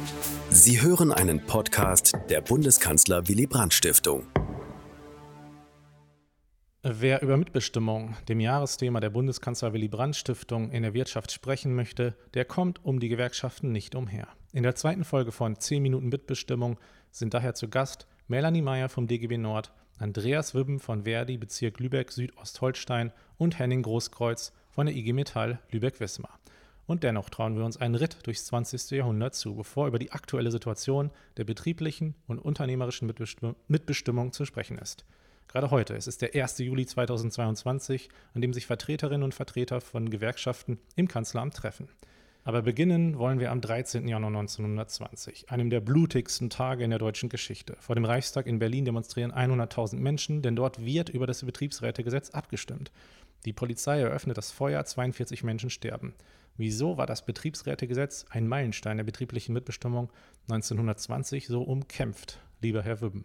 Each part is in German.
Sie hören einen Podcast der Bundeskanzler Willy Brandt Stiftung. Wer über Mitbestimmung, dem Jahresthema der Bundeskanzler Willy Brandt Stiftung in der Wirtschaft sprechen möchte, der kommt um die Gewerkschaften nicht umher. In der zweiten Folge von 10 Minuten Mitbestimmung sind daher zu Gast Melanie Meyer vom DGB Nord, Andreas Wibben von Verdi Bezirk Lübeck-Südostholstein und Henning Großkreuz von der IG Metall Lübeck-Wismar. Und dennoch trauen wir uns einen Ritt durchs 20. Jahrhundert zu, bevor über die aktuelle Situation der betrieblichen und unternehmerischen Mitbestimmung zu sprechen ist. Gerade heute, es ist der 1. Juli 2022, an dem sich Vertreterinnen und Vertreter von Gewerkschaften im Kanzleramt treffen. Aber beginnen wollen wir am 13. Januar 1920, einem der blutigsten Tage in der deutschen Geschichte. Vor dem Reichstag in Berlin demonstrieren 100.000 Menschen, denn dort wird über das Betriebsrätegesetz abgestimmt. Die Polizei eröffnet das Feuer, 42 Menschen sterben. Wieso war das Betriebsrätegesetz, ein Meilenstein der betrieblichen Mitbestimmung, 1920 so umkämpft, lieber Herr Wibben?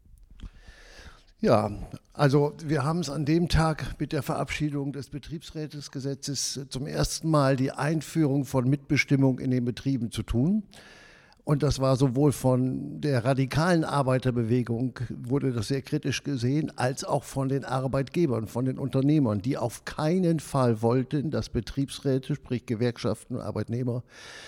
Ja, also wir haben es an dem Tag mit der Verabschiedung des Betriebsrätegesetzes zum ersten Mal die Einführung von Mitbestimmung in den Betrieben zu tun. Und das war sowohl von der radikalen Arbeiterbewegung, wurde das sehr kritisch gesehen, als auch von den Arbeitgebern, von den Unternehmern, die auf keinen Fall wollten, dass Betriebsräte, sprich Gewerkschaften und Arbeitnehmer,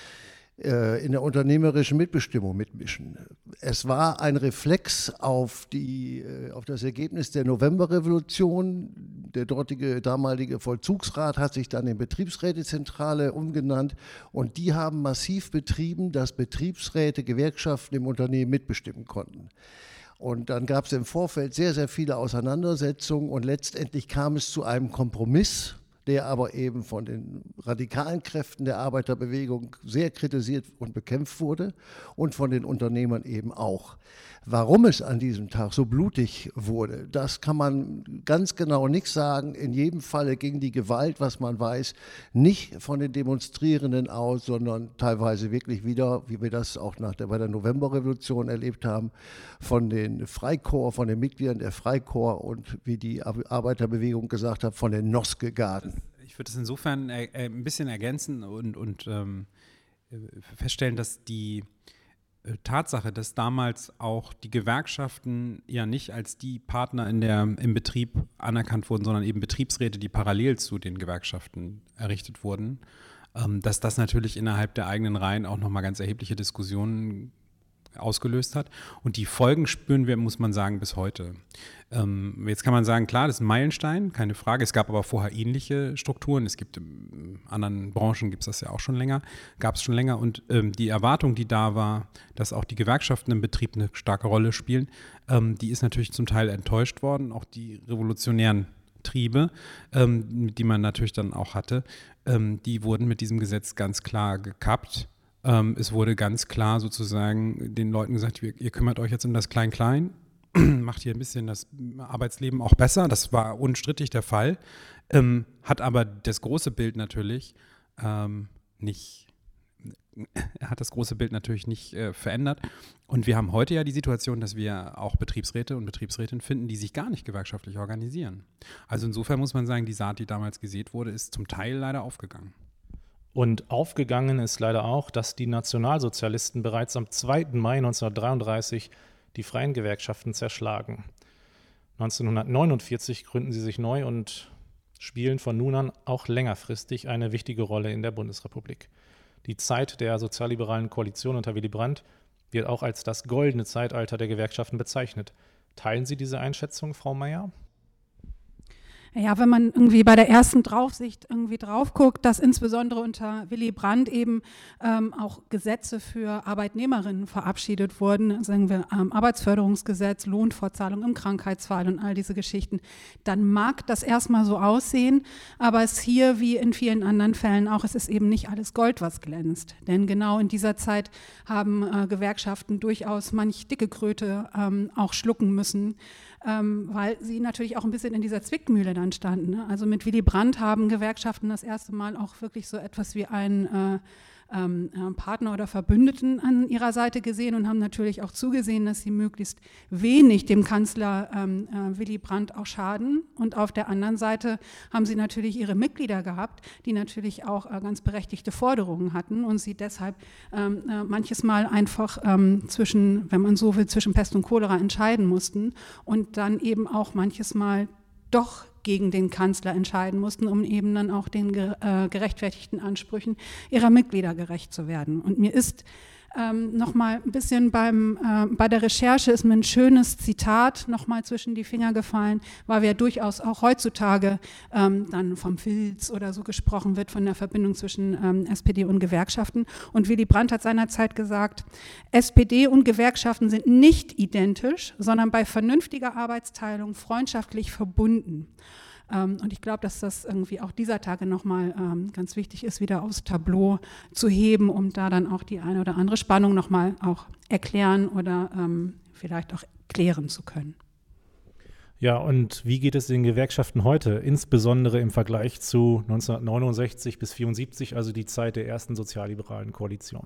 in der unternehmerischen Mitbestimmung mitmischen. Es war ein Reflex auf das Ergebnis der Novemberrevolution. Der damalige Vollzugsrat hat sich dann in Betriebsrätezentrale umgenannt und die haben massiv betrieben, dass Betriebsräte, Gewerkschaften im Unternehmen mitbestimmen konnten. Und dann gab es im Vorfeld sehr, sehr viele Auseinandersetzungen und letztendlich kam es zu einem Kompromiss, der aber eben von den radikalen Kräften der Arbeiterbewegung sehr kritisiert und bekämpft wurde und von den Unternehmern eben auch. Warum es an diesem Tag so blutig wurde, das kann man ganz genau nicht sagen. In jedem Falle ging die Gewalt, was man weiß, nicht von den Demonstrierenden aus, sondern teilweise wirklich wieder, wie wir das auch bei der Novemberrevolution erlebt haben, von den Freikorps, von den Mitgliedern der Freikorps und, wie die Arbeiterbewegung gesagt hat, von den Noske-Garden. Ich würde es insofern ein bisschen ergänzen und feststellen, dass die Tatsache, dass damals auch die Gewerkschaften ja nicht als die Partner im Betrieb anerkannt wurden, sondern eben Betriebsräte, die parallel zu den Gewerkschaften errichtet wurden, dass das natürlich innerhalb der eigenen Reihen auch nochmal ganz erhebliche Diskussionen ausgelöst hat. Und die Folgen spüren wir, muss man sagen, bis heute. Jetzt kann man sagen, klar, das ist ein Meilenstein, keine Frage. Es gab aber vorher ähnliche Strukturen. Es gibt in anderen Branchen, gibt es das ja auch schon länger, gab es schon länger. Und die Erwartung, die da war, dass auch die Gewerkschaften im Betrieb eine starke Rolle spielen, die ist natürlich zum Teil enttäuscht worden. Auch die revolutionären Triebe, die man natürlich dann auch hatte, die wurden mit diesem Gesetz ganz klar gekappt. Es wurde ganz klar sozusagen den Leuten gesagt, ihr kümmert euch jetzt um das Klein-Klein, macht hier ein bisschen das Arbeitsleben auch besser. Das war unstrittig der Fall, hat aber das große Bild natürlich nicht verändert. Und wir haben heute ja die Situation, dass wir auch Betriebsräte und Betriebsrätinnen finden, die sich gar nicht gewerkschaftlich organisieren. Also insofern muss man sagen, die Saat, die damals gesät wurde, ist zum Teil leider aufgegangen. Und aufgegangen ist leider auch, dass die Nationalsozialisten bereits am 2. Mai 1933 die freien Gewerkschaften zerschlagen. 1949 gründen sie sich neu und spielen von nun an auch längerfristig eine wichtige Rolle in der Bundesrepublik. Die Zeit der sozialliberalen Koalition unter Willy Brandt wird auch als das goldene Zeitalter der Gewerkschaften bezeichnet. Teilen Sie diese Einschätzung, Frau Meyer? Ja, wenn man irgendwie bei der ersten Draufsicht irgendwie drauf guckt, dass insbesondere unter Willy Brandt eben auch Gesetze für Arbeitnehmerinnen verabschiedet wurden, sagen wir Arbeitsförderungsgesetz, Lohnfortzahlung im Krankheitsfall und all diese Geschichten, dann mag das erstmal so aussehen, aber es hier wie in vielen anderen Fällen auch, es ist eben nicht alles Gold, was glänzt. Denn genau in dieser Zeit haben Gewerkschaften durchaus manch dicke Kröte auch schlucken müssen, weil sie natürlich auch ein bisschen in dieser Zwickmühle dann standen. Ne? Also mit Willy Brandt haben Gewerkschaften das erste Mal auch wirklich so etwas wie ein Partner oder Verbündeten an ihrer Seite gesehen und haben natürlich auch zugesehen, dass sie möglichst wenig dem Kanzler Willy Brandt auch schaden. Und auf der anderen Seite haben sie natürlich ihre Mitglieder gehabt, die natürlich auch ganz berechtigte Forderungen hatten und sie deshalb manches Mal einfach zwischen, wenn man so will, zwischen Pest und Cholera entscheiden mussten und dann eben auch manches Mal doch gegen den Kanzler entscheiden mussten, um eben dann auch den gerechtfertigten Ansprüchen ihrer Mitglieder gerecht zu werden. Und mir ist noch mal ein bisschen bei der Recherche ist mir ein schönes Zitat noch mal zwischen die Finger gefallen, weil wir durchaus auch heutzutage dann vom Filz oder so gesprochen wird, von der Verbindung zwischen SPD und Gewerkschaften. Und Willy Brandt hat seinerzeit gesagt, SPD und Gewerkschaften sind nicht identisch, sondern bei vernünftiger Arbeitsteilung freundschaftlich verbunden. Und ich glaube, dass das irgendwie auch dieser Tage nochmal ganz wichtig ist, wieder aufs Tableau zu heben, um da dann auch die eine oder andere Spannung nochmal auch erklären oder vielleicht auch klären zu können. Ja, und wie geht es den Gewerkschaften heute, insbesondere im Vergleich zu 1969 bis 1974, also die Zeit der ersten sozialliberalen Koalition?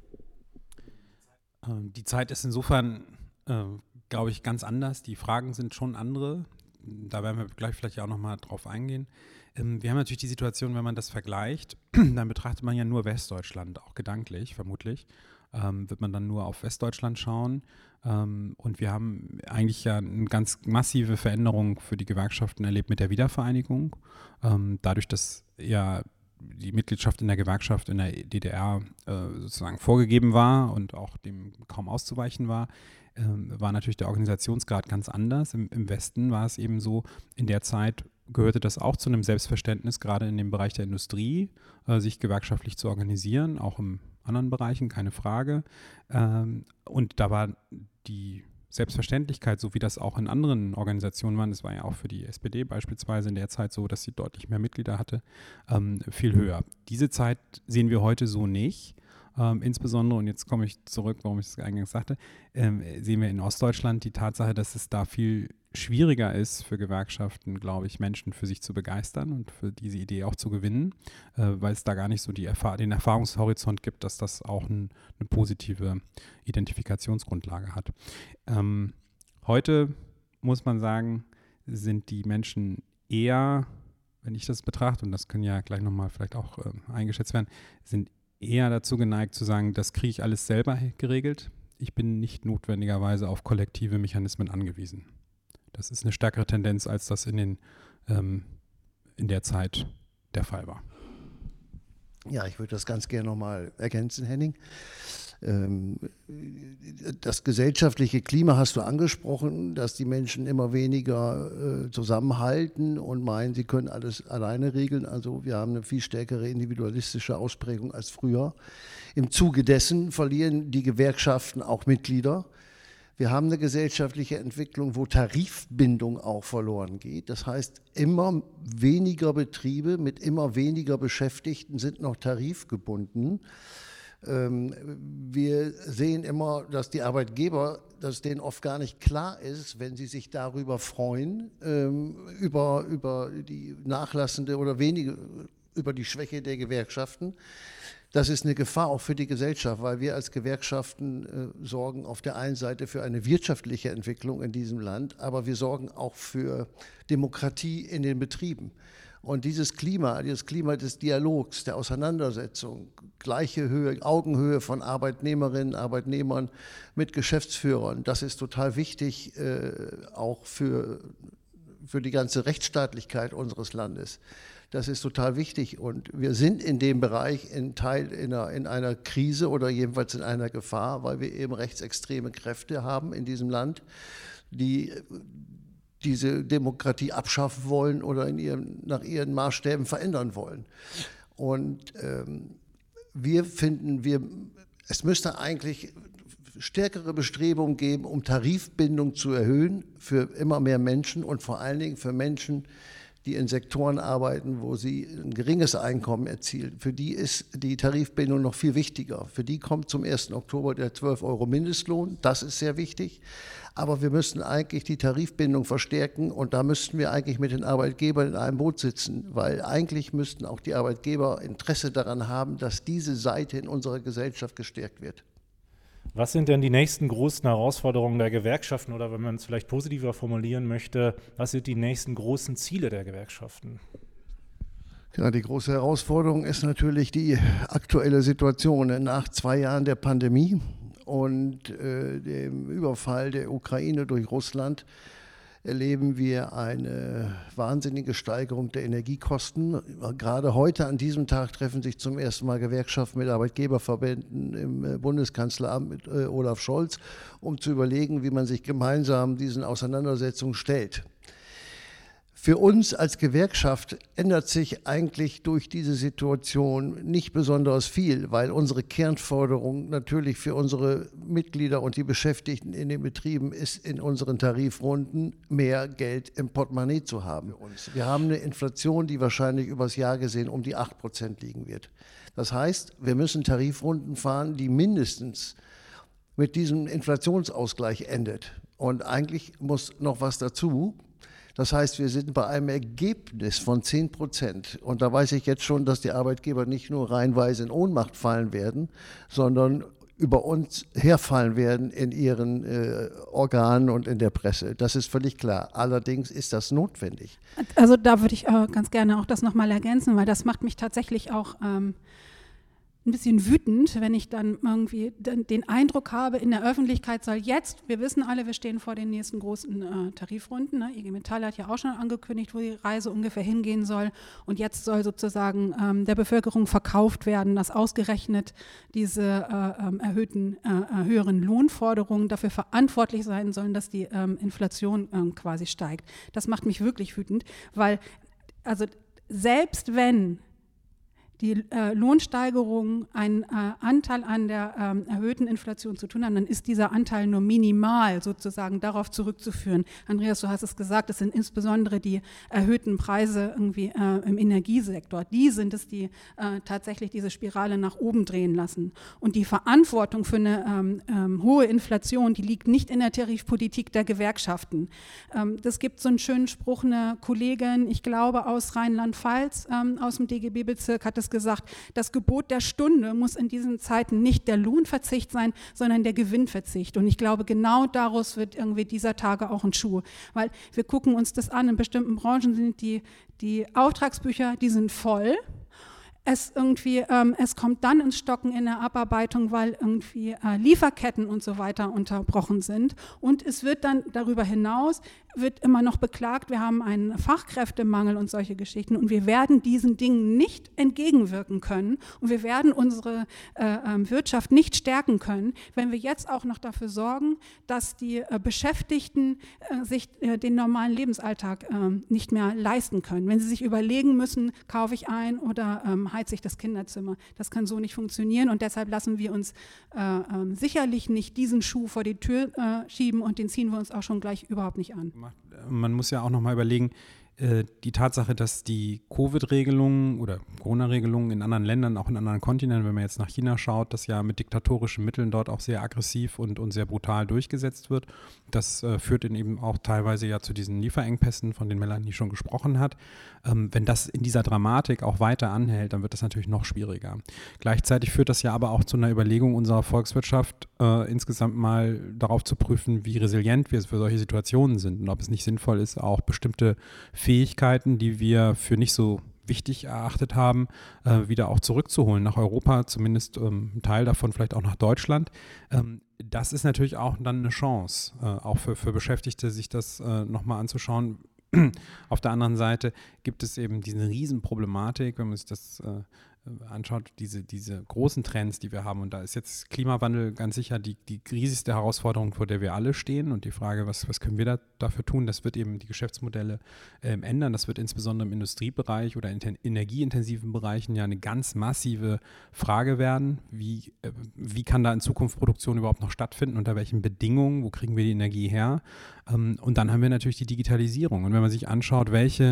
Die Zeit ist insofern, glaube ich, ganz anders. Die Fragen sind schon andere. Da werden wir gleich vielleicht auch nochmal drauf eingehen. Wir haben natürlich die Situation, wenn man das vergleicht, dann betrachtet man ja nur Westdeutschland, auch gedanklich vermutlich, wird man dann nur auf Westdeutschland schauen. Und wir haben eigentlich ja eine ganz massive Veränderung für die Gewerkschaften erlebt mit der Wiedervereinigung. Dadurch, dass ja die Mitgliedschaft in der Gewerkschaft in der DDR sozusagen vorgegeben war und auch dem kaum auszuweichen war natürlich der Organisationsgrad ganz anders. Im Westen war es eben so, in der Zeit gehörte das auch zu einem Selbstverständnis, gerade in dem Bereich der Industrie, sich gewerkschaftlich zu organisieren, auch in anderen Bereichen, keine Frage. Und da war die Selbstverständlichkeit, so wie das auch in anderen Organisationen war, das war ja auch für die SPD beispielsweise in der Zeit so, dass sie deutlich mehr Mitglieder hatte, viel höher. Diese Zeit sehen wir heute so nicht. Insbesondere, und jetzt komme ich zurück, warum ich es eingangs sagte, sehen wir in Ostdeutschland die Tatsache, dass es da viel schwieriger ist für Gewerkschaften, glaube ich, Menschen für sich zu begeistern und für diese Idee auch zu gewinnen, weil es da gar nicht so den Erfahrungshorizont gibt, dass das auch eine positive Identifikationsgrundlage hat. Heute muss man sagen, sind die Menschen eher, wenn ich das betrachte, und das können ja gleich nochmal vielleicht auch eingeschätzt werden, sind eher dazu geneigt zu sagen, das kriege ich alles selber geregelt. Ich bin nicht notwendigerweise auf kollektive Mechanismen angewiesen. Das ist eine stärkere Tendenz, als das in der Zeit der Fall war. Ja, ich würde das ganz gerne nochmal ergänzen, Henning. Das gesellschaftliche Klima hast du angesprochen, dass die Menschen immer weniger zusammenhalten und meinen, sie können alles alleine regeln. Also wir haben eine viel stärkere individualistische Ausprägung als früher. Im Zuge dessen verlieren die Gewerkschaften auch Mitglieder. Wir haben eine gesellschaftliche Entwicklung, wo Tarifbindung auch verloren geht. Das heißt, immer weniger Betriebe mit immer weniger Beschäftigten sind noch tarifgebunden. Wir sehen immer, dass die Arbeitgeber, dass denen oft gar nicht klar ist, wenn sie sich darüber freuen, über die nachlassende oder wenige, über die Schwäche der Gewerkschaften. Das ist eine Gefahr auch für die Gesellschaft, weil wir als Gewerkschaften sorgen auf der einen Seite für eine wirtschaftliche Entwicklung in diesem Land, aber wir sorgen auch für Demokratie in den Betrieben. Und dieses Klima des Dialogs, der Auseinandersetzung, gleiche Höhe, Augenhöhe von Arbeitnehmerinnen, Arbeitnehmern mit Geschäftsführern, das ist total wichtig, auch für die ganze Rechtsstaatlichkeit unseres Landes. Das ist total wichtig und wir sind in dem Bereich in einer Krise oder jedenfalls in einer Gefahr, weil wir eben rechtsextreme Kräfte haben in diesem Land, die diese Demokratie abschaffen wollen oder nach ihren Maßstäben verändern wollen. Und wir finden, es müsste eigentlich stärkere Bestrebungen geben, um Tarifbindung zu erhöhen für immer mehr Menschen und vor allen Dingen für Menschen, die in Sektoren arbeiten, wo sie ein geringes Einkommen erzielen. Für die ist die Tarifbindung noch viel wichtiger. Für die kommt zum 1. Oktober der 12 € Mindestlohn. Das ist sehr wichtig. Aber wir müssen eigentlich die Tarifbindung verstärken und da müssten wir eigentlich mit den Arbeitgebern in einem Boot sitzen, weil eigentlich müssten auch die Arbeitgeber Interesse daran haben, dass diese Seite in unserer Gesellschaft gestärkt wird. Was sind denn die nächsten großen Herausforderungen der Gewerkschaften oder wenn man es vielleicht positiver formulieren möchte, was sind die nächsten großen Ziele der Gewerkschaften? Ja, die große Herausforderung ist natürlich die aktuelle Situation nach 2 Jahren der Pandemie und dem Überfall der Ukraine durch Russland. Erleben wir eine wahnsinnige Steigerung der Energiekosten. Gerade heute an diesem Tag treffen sich zum ersten Mal Gewerkschaften mit Arbeitgeberverbänden im Bundeskanzleramt mit Olaf Scholz, um zu überlegen, wie man sich gemeinsam diesen Auseinandersetzungen stellt. Für uns als Gewerkschaft ändert sich eigentlich durch diese Situation nicht besonders viel, weil unsere Kernforderung natürlich für unsere Mitglieder und die Beschäftigten in den Betrieben ist, in unseren Tarifrunden mehr Geld im Portemonnaie zu haben. Wir haben eine Inflation, die wahrscheinlich übers Jahr gesehen um die 8% liegen wird. Das heißt, wir müssen Tarifrunden fahren, die mindestens mit diesem Inflationsausgleich endet. Und eigentlich muss noch was dazu. Das heißt, wir sind bei einem Ergebnis von 10%. Und da weiß ich jetzt schon, dass die Arbeitgeber nicht nur reihenweise in Ohnmacht fallen werden, sondern über uns herfallen werden in ihren Organen und in der Presse. Das ist völlig klar. Allerdings ist das notwendig. Also da würde ich ganz gerne auch das nochmal ergänzen, weil das macht mich tatsächlich auch ein bisschen wütend, wenn ich dann irgendwie den Eindruck habe, in der Öffentlichkeit soll jetzt, wir wissen alle, wir stehen vor den nächsten großen Tarifrunden, ne? IG Metall hat ja auch schon angekündigt, wo die Reise ungefähr hingehen soll und jetzt soll sozusagen der Bevölkerung verkauft werden, dass ausgerechnet diese höheren Lohnforderungen dafür verantwortlich sein sollen, dass die Inflation quasi steigt. Das macht mich wirklich wütend, weil also selbst wenn die Lohnsteigerungen einen Anteil an der erhöhten Inflation zu tun haben, dann ist dieser Anteil nur minimal sozusagen darauf zurückzuführen. Andreas, du hast es gesagt, es sind insbesondere die erhöhten Preise irgendwie im Energiesektor. Die sind es, die tatsächlich diese Spirale nach oben drehen lassen. Und die Verantwortung für eine hohe Inflation, die liegt nicht in der Tarifpolitik der Gewerkschaften. Das gibt so einen schönen Spruch, eine Kollegin, ich glaube aus Rheinland-Pfalz, aus dem DGB-Bezirk, hat es gesagt, das Gebot der Stunde muss in diesen Zeiten nicht der Lohnverzicht sein, sondern der Gewinnverzicht. Und ich glaube, genau daraus wird irgendwie dieser Tage auch ein Schuh. Weil wir gucken uns das an, in bestimmten Branchen sind die Auftragsbücher, die sind voll. Es kommt dann ins Stocken in der Abarbeitung, weil irgendwie Lieferketten und so weiter unterbrochen sind. Und es wird dann darüber hinaus, wird immer noch beklagt, wir haben einen Fachkräftemangel und solche Geschichten und wir werden diesen Dingen nicht entgegenwirken können und wir werden unsere Wirtschaft nicht stärken können, wenn wir jetzt auch noch dafür sorgen, dass die Beschäftigten sich den normalen Lebensalltag nicht mehr leisten können. Wenn sie sich überlegen müssen, kaufe ich ein oder heize ich das Kinderzimmer. Das kann so nicht funktionieren und deshalb lassen wir uns sicherlich nicht diesen Schuh vor die Tür schieben und den ziehen wir uns auch schon gleich überhaupt nicht an. Man muss ja auch noch mal überlegen, die Tatsache, dass die Covid-Regelungen oder Corona-Regelungen in anderen Ländern, auch in anderen Kontinenten, wenn man jetzt nach China schaut, das ja mit diktatorischen Mitteln dort auch sehr aggressiv und sehr brutal durchgesetzt wird. Das führt eben auch teilweise ja zu diesen Lieferengpässen, von denen Melanie schon gesprochen hat. Wenn das in dieser Dramatik auch weiter anhält, dann wird das natürlich noch schwieriger. Gleichzeitig führt das ja aber auch zu einer Überlegung unserer Volkswirtschaft, insgesamt mal darauf zu prüfen, wie resilient wir für solche Situationen sind und ob es nicht sinnvoll ist, auch bestimmte Fähigkeiten, die wir für nicht so wichtig erachtet haben, wieder auch zurückzuholen nach Europa, zumindest ein Teil davon vielleicht auch nach Deutschland. Das ist natürlich auch dann eine Chance, auch für Beschäftigte, sich das nochmal anzuschauen. Auf der anderen Seite gibt es eben diese Riesenproblematik, wenn man sich das anschaut, diese großen Trends, die wir haben. Und da ist jetzt Klimawandel ganz sicher die riesigste Herausforderung, vor der wir alle stehen. Und die Frage, was können wir dafür tun, das wird eben die Geschäftsmodelle ändern. Das wird insbesondere im Industriebereich oder in energieintensiven Bereichen ja eine ganz massive Frage werden. Wie kann da in Zukunft Produktion überhaupt noch stattfinden? Unter welchen Bedingungen? Wo kriegen wir die Energie her? Und dann haben wir natürlich die Digitalisierung. Und wenn man sich anschaut, welche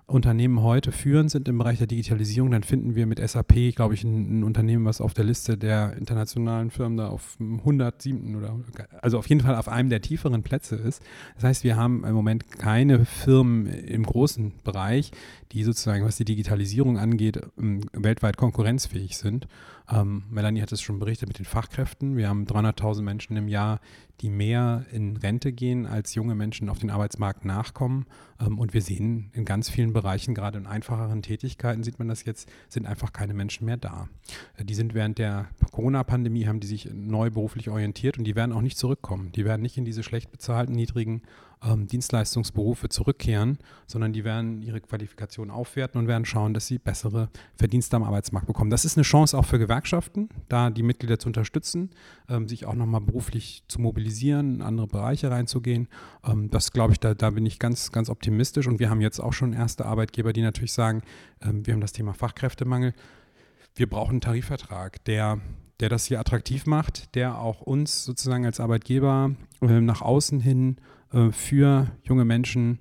Unternehmen heute führend sind im Bereich der Digitalisierung, dann finden wir mit SAP, glaube ich, ein Unternehmen, was auf der Liste der internationalen Firmen da auf 107. Also auf jeden Fall auf einem der tieferen Plätze ist. Das heißt, wir haben im Moment keine Firmen im großen Bereich, die sozusagen, was die Digitalisierung angeht, weltweit konkurrenzfähig sind. Melanie hat es schon berichtet mit den Fachkräften. Wir haben 300.000 Menschen im Jahr, die mehr in Rente gehen, als junge Menschen auf den Arbeitsmarkt nachkommen. Und wir sehen in ganz vielen Bereichen, gerade in einfacheren Tätigkeiten sieht man das jetzt, sind einfach keine Menschen mehr da. Die sind während der Corona-Pandemie, haben die sich neu beruflich orientiert und die werden auch nicht zurückkommen. Die werden nicht in diese schlecht bezahlten, niedrigen Dienstleistungsberufe zurückkehren, sondern die werden ihre Qualifikation aufwerten und werden schauen, dass sie bessere Verdienste am Arbeitsmarkt bekommen. Das ist eine Chance auch für Gewerkschaften, da die Mitglieder zu unterstützen, sich auch nochmal beruflich zu mobilisieren, in andere Bereiche reinzugehen. Das glaube ich, da bin ich ganz, ganz optimistisch und wir haben jetzt auch schon erste Arbeitgeber, die natürlich sagen, wir haben das Thema Fachkräftemangel, wir brauchen einen Tarifvertrag, der das hier attraktiv macht, der auch uns sozusagen als Arbeitgeber nach außen hin für junge Menschen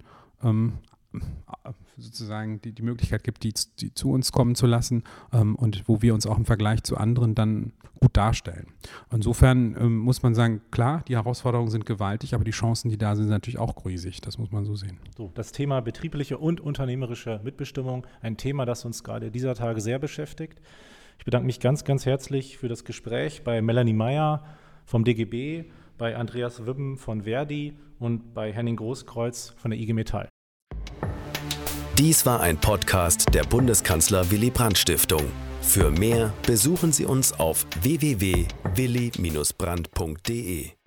sozusagen die Möglichkeit gibt, die zu uns kommen zu lassen und wo wir uns auch im Vergleich zu anderen dann gut darstellen. Insofern muss man sagen, klar, die Herausforderungen sind gewaltig, aber die Chancen, die da sind natürlich auch riesig. Das muss man so sehen. So, das Thema betriebliche und unternehmerische Mitbestimmung, ein Thema, das uns gerade dieser Tage sehr beschäftigt. Ich bedanke mich ganz, ganz herzlich für das Gespräch bei Melanie Meyer vom DGB, bei Andreas Wibben von Verdi und bei Henning Großkreuz von der IG Metall. Dies war ein Podcast der Bundeskanzler Willy Brandt Stiftung. Für mehr besuchen Sie uns auf www.willy-brandt.de.